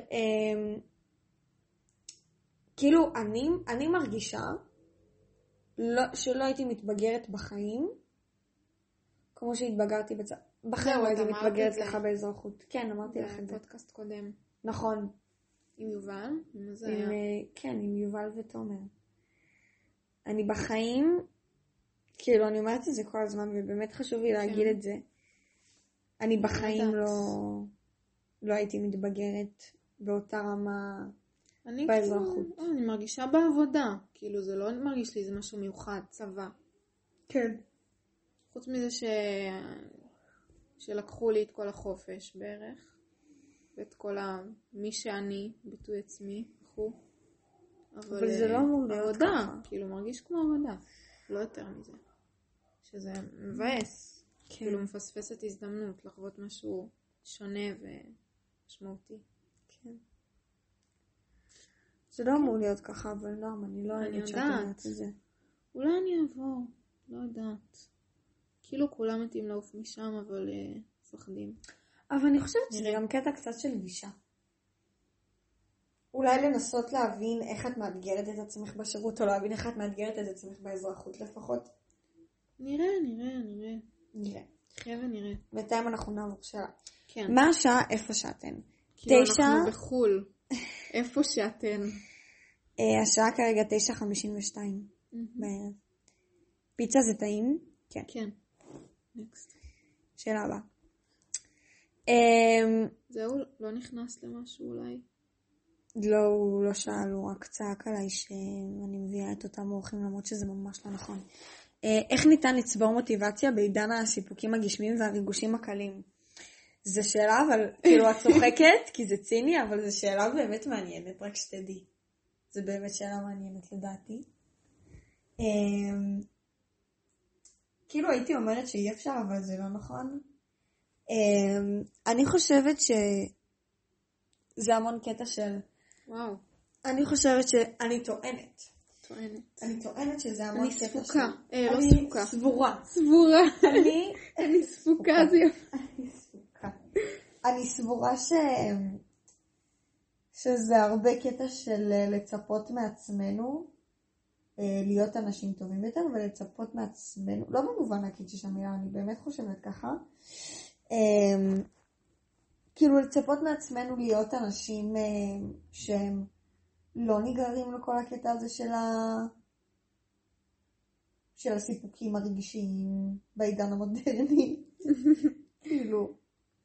כאילו אני מרגישה שלא הייתי מתבגרת בחיים, כמו שהתבגרתי בצבא. בחיים לא הייתי מתבגרת לך באזרחות. כן, אמרתי לך את זה. בפודקאסט קודם. נכון. עם יובל? עם זה היה? כן, עם יובל ותומר. אני בחיים, כאילו אני אומרת את זה כל הזמן, ובאמת חשוב לי להגיד את זה. אני בחיים לא הייתי מתבגרת באותה רמה באזרחות. אני מרגישה בעבודה. כאילו זה לא מרגיש לי, זה משהו מיוחד, צבא. כן. חוץ מזה שלקחו לי את כל החופש בערך. ואת כל מי שאני, ביטוי עצמי, וכו'. אבל זה לא אמור להיות ככה. כאילו מרגיש כמו עבודה. לא יותר מזה. שזה מבאס. כאילו מפספסת הזדמנות לחוות משהו שונה ומשמעותי. כן. זה לא אמור להיות ככה, אבל לא, אני לא יודעת שאת אומרת את זה. אולי אני אעבור, לא יודעת. כאילו כולם מתאים לעוף משם, אבל פחדים. אבל אני חושבת שזה גם קטע קצת של גישה. אולי לנסות להבין איך את מאתגרת את עצמך בשירות, או להבין איך את מאתגרת את עצמך באזרחות לפחות. נראה. חיה ונראה. בינתיים אנחנו נעבור שאלה. כן. מה השעה איפה שאתן? כאילו אנחנו בחול. איפה שאתן? השעה כרגע 9:52 בערב. פיצה זה טעים? כן. כן. נקסט. שאלה הבאה. זהו, לא נכנס למשהו אולי? לא, הוא לא שאל, הוא רק צעק עליי שאני מביאה את אותם אורחים, למרות שזה ממש לא נכון. איך ניתן לצבור מוטיבציה בעידן הסיפוקים הגשמיים והריגושים הקלים? זו שאלה, אבל כאילו את צוחקת, כי זה ציני, אבל זו שאלה באמת מעניינת, רק שתדעי. זו באמת שאלה מעניינת לדעתי. כאילו הייתי אומרת שאי אפשר, אבל זה לא נכון. אני חושבת שזה המון קטע של... וואו. אני חושבת שאני טוענת. אני טוענת שזה המון קטע של... אני ספוקה. לא ספוקה. סבורה. אני ספוקה, זה יפה. אני ספוקה. אני סבורה שזה הרבה קטע של לצפות מעצמנו, להיות אנשים טובים יותר, ולצפות מעצמנו, לא במובן הקיצ'י של המילה, אני באמת חושבת ככה, כאילו לצפות מעצמנו להיות אנשים שהם לא נגררים לכל הקטע הזה של הסיפוקים הרגשיים בעידן המודרני. כאילו,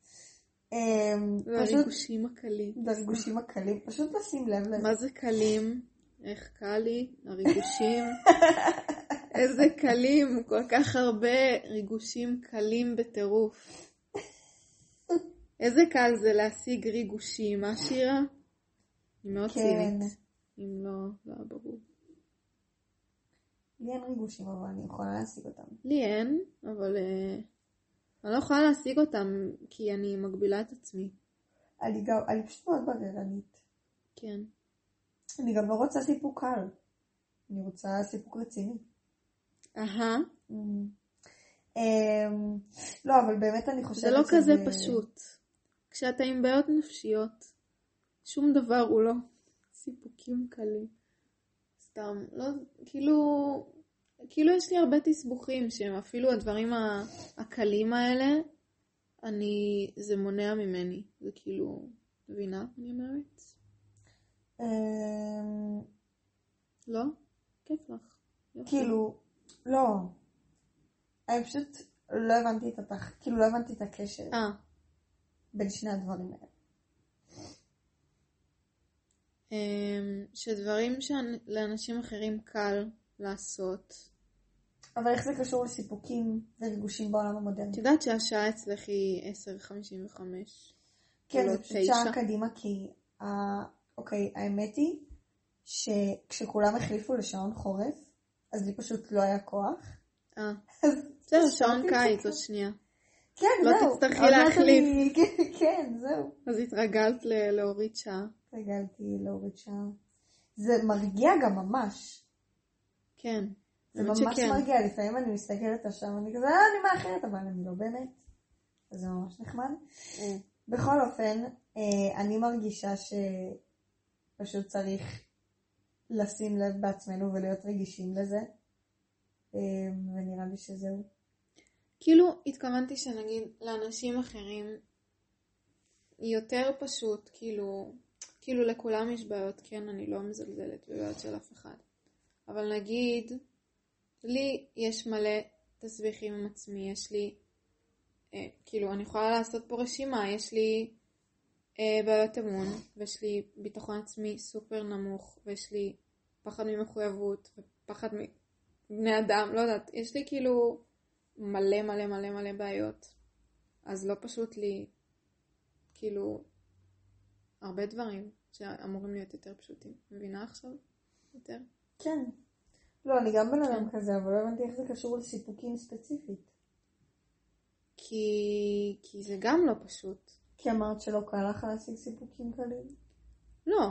זה הריגושים הקלים. זה הריגושים הקלים, פשוט לשים לב לזה. מה זה קלים? איך קל לי? הריגושים. איזה קלים, כל כך הרבה ריגושים קלים בטירוף. איזה קל זה להשיג ריגושים, מה שירה? היא מאוד צינית. אם לא ברור. לי אין ריגושים, אבל אני יכולה להשיג אותם. לי אין, אבל אני לא יכולה להשיג אותם, כי אני מגבילה את עצמי. אני פשוט מאוד בררנית. כן. אני גם לא רוצה סיפוק קל. אני רוצה סיפוק רציני. לא, אבל באמת אני חושבת זה לא כזה פשוט. כשאתה עם בעיות נפשיות, שום דבר הוא לא סיפוקים קלים. סתם, לא, כאילו יש לי הרבה תסבוכים שהם אפילו הדברים הקלים האלה, זה מונע ממני. זה כאילו, מבינה? אני אומרת? לא? כיף לך. כאילו, לא. אני פשוט לא הבנתי את הקשר בין שני הדברים האלה. שדברים שלאנשים אחרים קל לעשות. אבל איך זה קשור לסיפוקים וריגושים בעולם המודרני? את יודעת שהשעה אצלך היא 10:55. כן, זה פשוט שעה קדימה, כי אוקיי, האמת היא שכשכולם החליפו לשעון חורף, אז לי פשוט לא היה כוח. זהו, שעון קיץ עוד שנייה. כן, זהו. לא תצטרכי להחליף. כן, זהו. אז התרגלת להוריד שעה. התרגלתי להוריד שעה. זה מרגיע גם ממש. כן. זה ממש מרגיע. לפעמים אני מסתכלת השם, אני כזה, אני מאחרת, אבל אני לא באמת. אז זה ממש נחמד. בכל אופן, אני מרגישה שפשוט צריך לשים לב בעצמנו ולהיות רגישים לזה. ונראה לי שזהו. כאילו התכוונתי שנגיד לאנשים אחרים יותר פשוט, כאילו לכולם יש בעיות, כן, אני לא מזלזלת בבעיות של אף אחד. אבל נגיד, לי יש מלא תסביכים עם עצמי, יש לי, כאילו אני יכולה לעשות פה רשימה, יש לי בעיות אמון, ויש לי ביטחון עצמי סופר נמוך, ויש לי פחד ממחויבות, ופחד מבני אדם, לא יודעת, יש לי כאילו מלא מלא מלא מלא בעיות. אז לא פשוט לי, כאילו, הרבה דברים שאמורים להיות יותר פשוטים. מבינה עכשיו? יותר? כן. לא, אני גם בן אדם כזה, אבל לא הבנתי איך זה קשור לסיפוקים ספציפית. כי זה גם לא פשוט. כי אמרת שלא קל לך להשיג סיפוקים קלים? לא,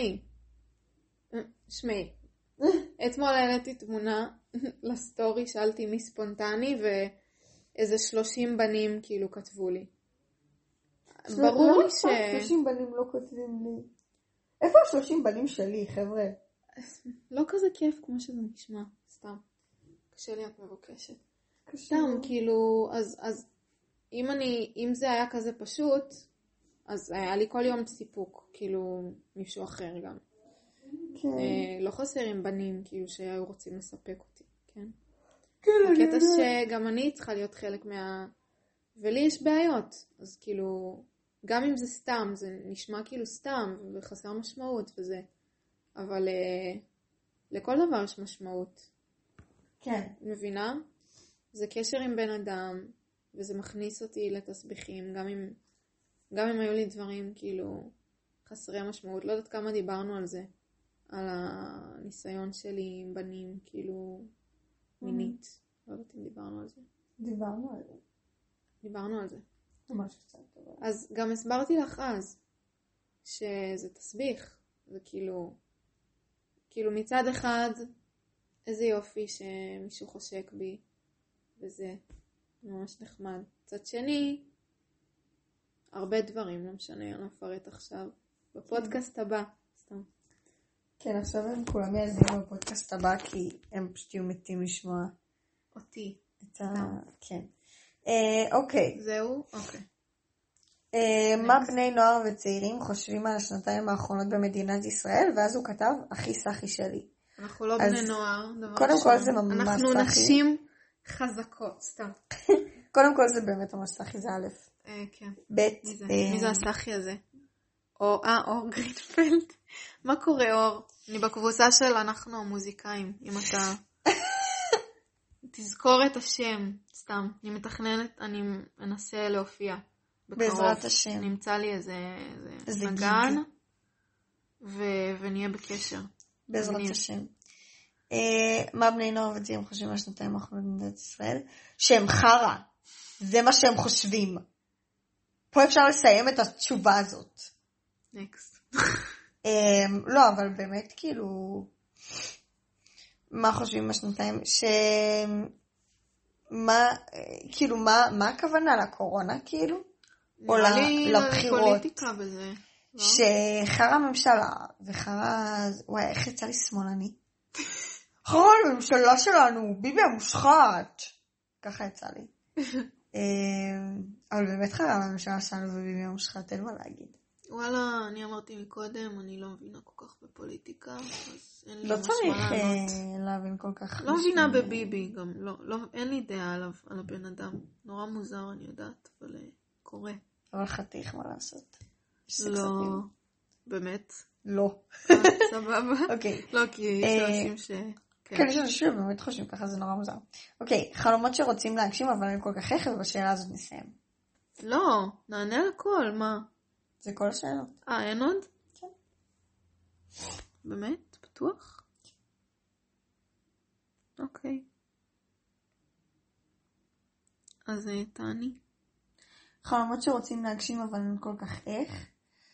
שמעי. אתמול העליתי תמונה לסטורי, שאלתי מי ספונטני, ואיזה 30 בנים כאילו כתבו לי. ברור לי 30 בנים לא כותבים לי. איפה 30 בנים שלי, חבר'ה? לא כזה כיף כמו שזה נשמע, סתם. קשה לי את מבוקשת. סתם, כאילו, אז אם זה היה כזה פשוט, אז היה לי כל יום סיפוק, כאילו, מישהו אחר גם. כן. לא חסר עם בנים, כאילו, שהיו רוצים לספק אותי, כן? כן, הקטע שגם אני צריכה להיות חלק ולי יש בעיות, אז כאילו, גם אם זה סתם, זה נשמע כאילו סתם, וחסר משמעות וזה. אבל לכל דבר יש משמעות. כן. מבינה? זה קשר עם בן אדם, וזה מכניס אותי לתסביכים, גם אם היו לי דברים כאילו חסרי משמעות. לא יודעת כמה דיברנו על זה, על הניסיון שלי עם בנים, כאילו מינית. לא יודעת אם דיברנו על זה. דיברנו על זה. ממש קצת טוב. אז גם הסברתי לך אז, שזה תסביך. זה כאילו מצד אחד, איזה יופי שמישהו חושק בי, וזה ממש נחמד. מצד שני, הרבה דברים, לא משנה, אני לא אפרט עכשיו. בפודקאסט הבא, סתם. כן, עכשיו הם כולם יעזים בפודקאסט הבא, כי הם פשוט יהיו מתים לשמוע. אותי. כן. אוקיי. זהו? אוקיי. מה בני נוער וצעירים חושבים על השנתיים האחרונות במדינת ישראל, ואז הוא כתב, אחי סחי שלי. אנחנו לא בני נוער. קודם כל זה ממש אנחנו נשים חזקות, סתם. קודם כל זה באמת המסכי, זה א'. כן. ב'. מי זה הסחי הזה? אור גרינפלד. מה קורה, אור? אני בקבוצה של אנחנו המוזיקאים, אם אתה... תזכור את השם, סתם. אני מתכננת, אני אנסה להופיע. בעזרת השם. נמצא לי איזה נגן, ונהיה בקשר. בעזרת השם. מה בני נוער וצעירים חושבים על שנתיים האחרונות במדינת ישראל? שהם חרא. זה מה שהם חושבים. פה אפשר לסיים את התשובה הזאת. נקסט. לא, אבל באמת כאילו... מה חושבים בשנתיים? כאילו, מה הכוונה לקורונה, כאילו? או לבחירות? פוליטיקה בזה. שחרא הממשלה, וחרא... וואי, איך יצא לי שמאלני? חרא הממשלה שלנו, ביבי המושחת. ככה יצא לי. אבל באמת חרא הממשלה שלנו וביבי המושחת, אין מה להגיד. וואלה, אני אמרתי מקודם, אני לא מבינה כל כך בפוליטיקה, אז אין לי לא ממש צריך מה לענות. להבין כל כך. לא מבינה בביבי גם, לא, אין לי דעה עליו, על הבן אדם. נורא מוזר, אני יודעת, אבל קורה. אבל חתיך מה לעשות. לא, באמת? לא. סבבה. אוקיי. לא, כי יש אנשים ש... כן, יש אנשים שבאמת חושבים ככה, זה נורא מוזר. אוקיי, חלומות שרוצים להגשים, אבל אין כל כך איך, ובשאלה הזאת נסיים. לא, נענה לכל, מה? זה כל השאלות. אין עוד? כן. באמת? בטוח? אוקיי. אז תעני. חלומות שרוצים להגשים, אבל אין כל כך איך.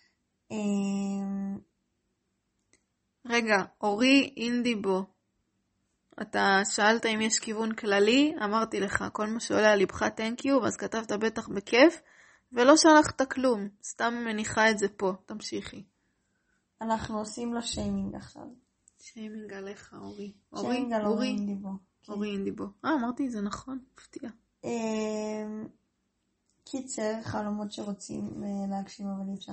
רגע, אורי אינדיבו. אתה שאלת אם יש כיוון כללי, אמרתי לך, כל מה שעולה על לבך thank you, ואז כתבת בטח בכיף, ולא שלחת כלום, סתם מניחה את זה פה, תמשיכי. אנחנו עושים לו שיימינג עכשיו. שיימינג עליך, אורי. שיימינג על אורי אינדיבו. אורי אינדיבו. אמרתי, זה נכון, מפתיע. קיצר, חלומות שרוצים להגשים, אבל אי אפשר.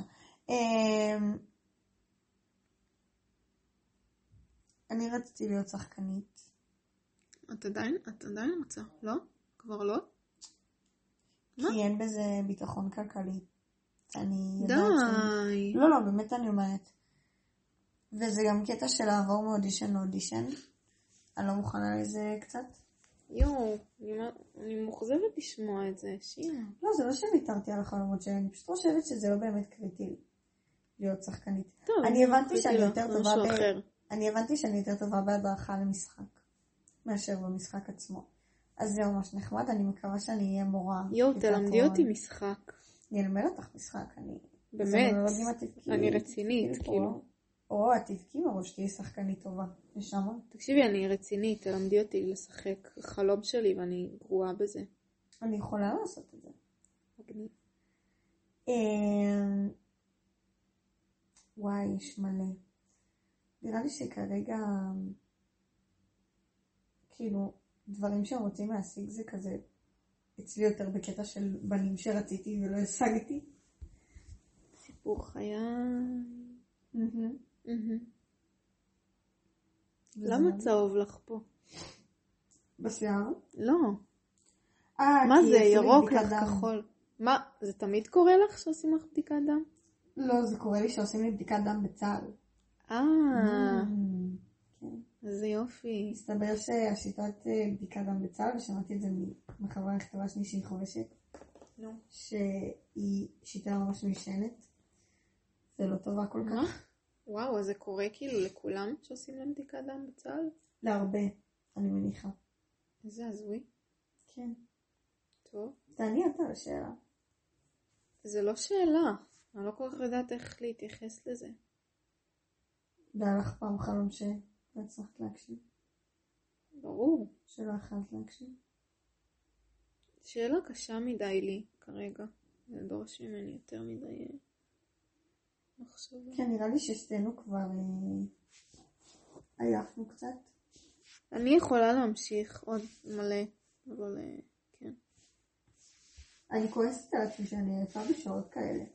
אני רציתי להיות שחקנית. את עדיין רוצה, לא? כבר לא? כי אין בזה ביטחון כלכלי. די. לא, באמת אני אומרת. וזה גם קטע של לעבור מאודישן לאודישן. אני לא מוכנה לזה קצת. אני מוחזבת לשמוע את זה, שיר. לא, זה לא שוויתרתי על החלומות שלי, אני פשוט חושבת שזה לא באמת קריטי להיות שחקנית. אני הבנתי שאני יותר טובה בהדרכה למשחק, מאשר במשחק עצמו. אז זה ממש נחמד, אני מקווה שאני אהיה מורה. תלמדי אותי משחק. אני אלמד אותך משחק, באמת, אני רצינית, כאילו. או, את תבכי מראש, תהיי שחקנית טובה. נשמה. תקשיבי, אני רצינית, תלמדי אותי לשחק. חלום שלי ואני גרועה בזה. אני יכולה לעשות את זה. מגניב. וואי, יש מלא. נראה לי שכרגע, כאילו, דברים שהם רוצים להשיג זה כזה, אצלי יותר בקטע של בנים שרציתי ולא השגתי. סיפור חיי. למה צהוב לך פה? בשיער? לא. מה זה, ירוק לך כחול? מה, זה תמיד קורה לך שעושים לך בדיקת דם? לא, זה קורה לי שעושים לי בדיקת דם בצה"ל. כן. איזה יופי. מסתבר שהשיטת בדיקת דם בצה"ל, ושמעתי את זה מחברה נכתבה שלי שהיא חובשת, שהיא שיטה ממש מיושנת. זה לא טובה כל כך. וואו, אז זה קורה כאילו לכולם שעושים להם בדיקת דם בצה"ל? להרבה, אני מניחה. איזה הזוי. כן. טוב. תעני אתה לשאלה. זה לא שאלה. אני לא כל כך יודעת איך להתייחס לזה. והיה לך פעם חלום שלא הצלחת להקשיב? ברור. שלא יכולת להקשיב? שאלה קשה מדי לי כרגע. זה דורש ממני יותר מדי מחשבה. כן, נראה לי ששתינו כבר עייפנו קצת. אני יכולה להמשיך עוד מלא, אבל כן. אני כועסת על עצמי שאני עייפה בשעות כאלה.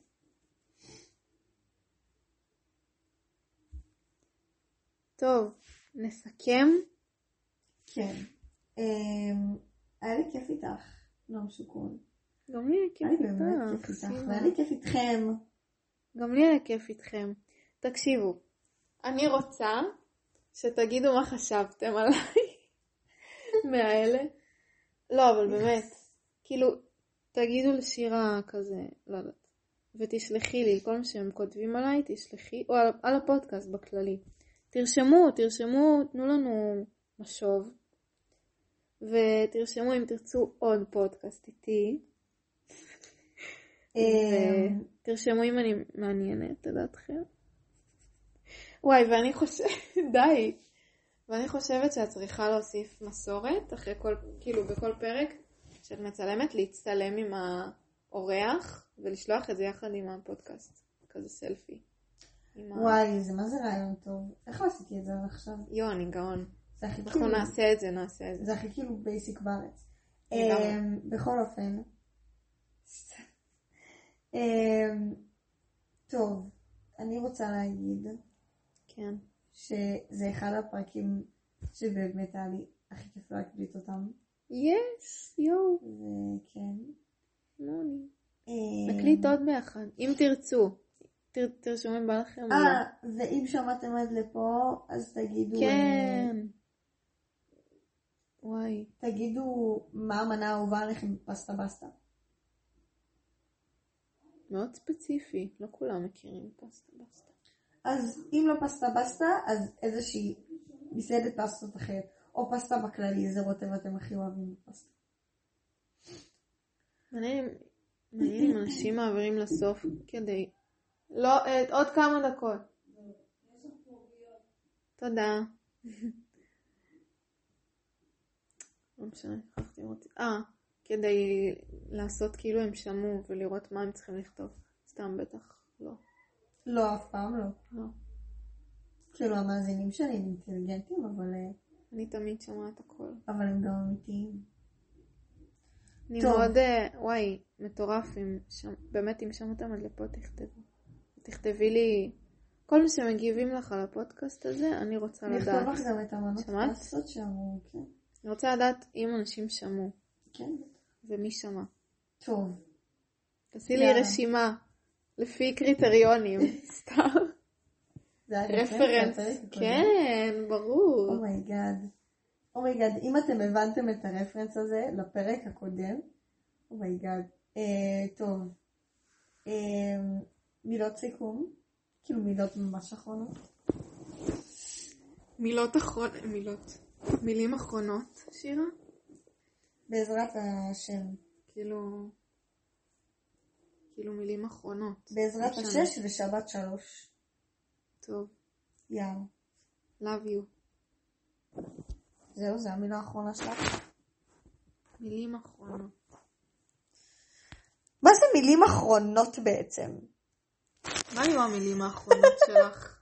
טוב, נסכם. כן. היה לי כיף איתך. נועם שוקרון. גם לי היה כיף איתך. אני באמת כיף איתך, ואני כיף איתכם. גם לי היה כיף איתכם. תקשיבו, אני רוצה שתגידו מה חשבתם עליי מהאלה. לא, אבל באמת, כאילו, תגידו לשירה כזה, לא יודעת, ותשלחי לי, כל מה שהם כותבים עליי, תשלחי, או על הפודקאסט בכללי. תרשמו, תנו לנו משוב, ותרשמו אם תרצו עוד פודקאסט איתי, ותרשמו אם אני מעניינת, לדעתכם. וואי, ואני חושבת, די, ואני חושבת שאת צריכה להוסיף מסורת, אחרי כל, כאילו בכל פרק שאת מצלמת, להצטלם עם האורח, ולשלוח את זה יחד עם הפודקאסט, כזה סלפי. וואי, זה מה זה רעיון טוב. איך עשיתי את זה עכשיו? יו, אני גאון. אנחנו נעשה את זה. זה הכי כאילו בייסיק בארץ. בכל אופן. טוב, אני רוצה להגיד כן. שזה אחד הפרקים שבאמת היה לי הכי כיף להקליט אותם. יס, יו. וכן. נוני. נקליט עוד ביחד, אם תרצו. תרשמו אם בא לכם. ואם שמעתם עד לפה, אז תגידו... כן. וואי. תגידו מה המנה האהובה עליכם פסטה בסטה. מאוד ספציפי, לא כולם מכירים פסטה בסטה. אז אם לא פסטה בסטה, אז איזושהי מסעדת פסטות אחרת. או פסטה בכללי, איזה רוטב אתם הכי אוהבים בפסטה. מעניין אם אנשים מעבירים לסוף כדי... לא, עוד כמה דקות. תודה. לא משנה, שכחתי אותי. כדי לעשות כאילו הם שמעו ולראות מה הם צריכים לכתוב. סתם בטח, לא. לא, אף פעם לא. לא. כאילו המאזינים שלי הם אינטליגנטים, אבל... אני תמיד שומעת הכל. אבל הם גם אמיתיים. אני מאוד, וואי, מטורף. באמת אם שמעתם עד לפה תכתבו. תכתבי לי, כל מה שמגיבים לך על הפודקאסט הזה, אני רוצה לדעת. נכתוב לך גם את המנות פסטות שאמרו, כן. אני רוצה לדעת אם אנשים שמעו. כן. ומי שמע. טוב. תעשי לי רשימה, לפי קריטריונים, סתם. זה רפרנס. כן, ברור. אומייגאד, אם אתם הבנתם את הרפרנס הזה לפרק הקודם, אומייגאד. טוב. מילות סיכום, כאילו מילות ממש אחרונות. מילים אחרונות, שירה? בעזרת השם. כאילו מילים אחרונות. בעזרת השש ושבת 3. טוב. יאללה. Love you. זהו, זה המילה האחרונה שלך. מילים אחרונות. מה זה מילים אחרונות בעצם? מה היו המילים האחרונות שלך?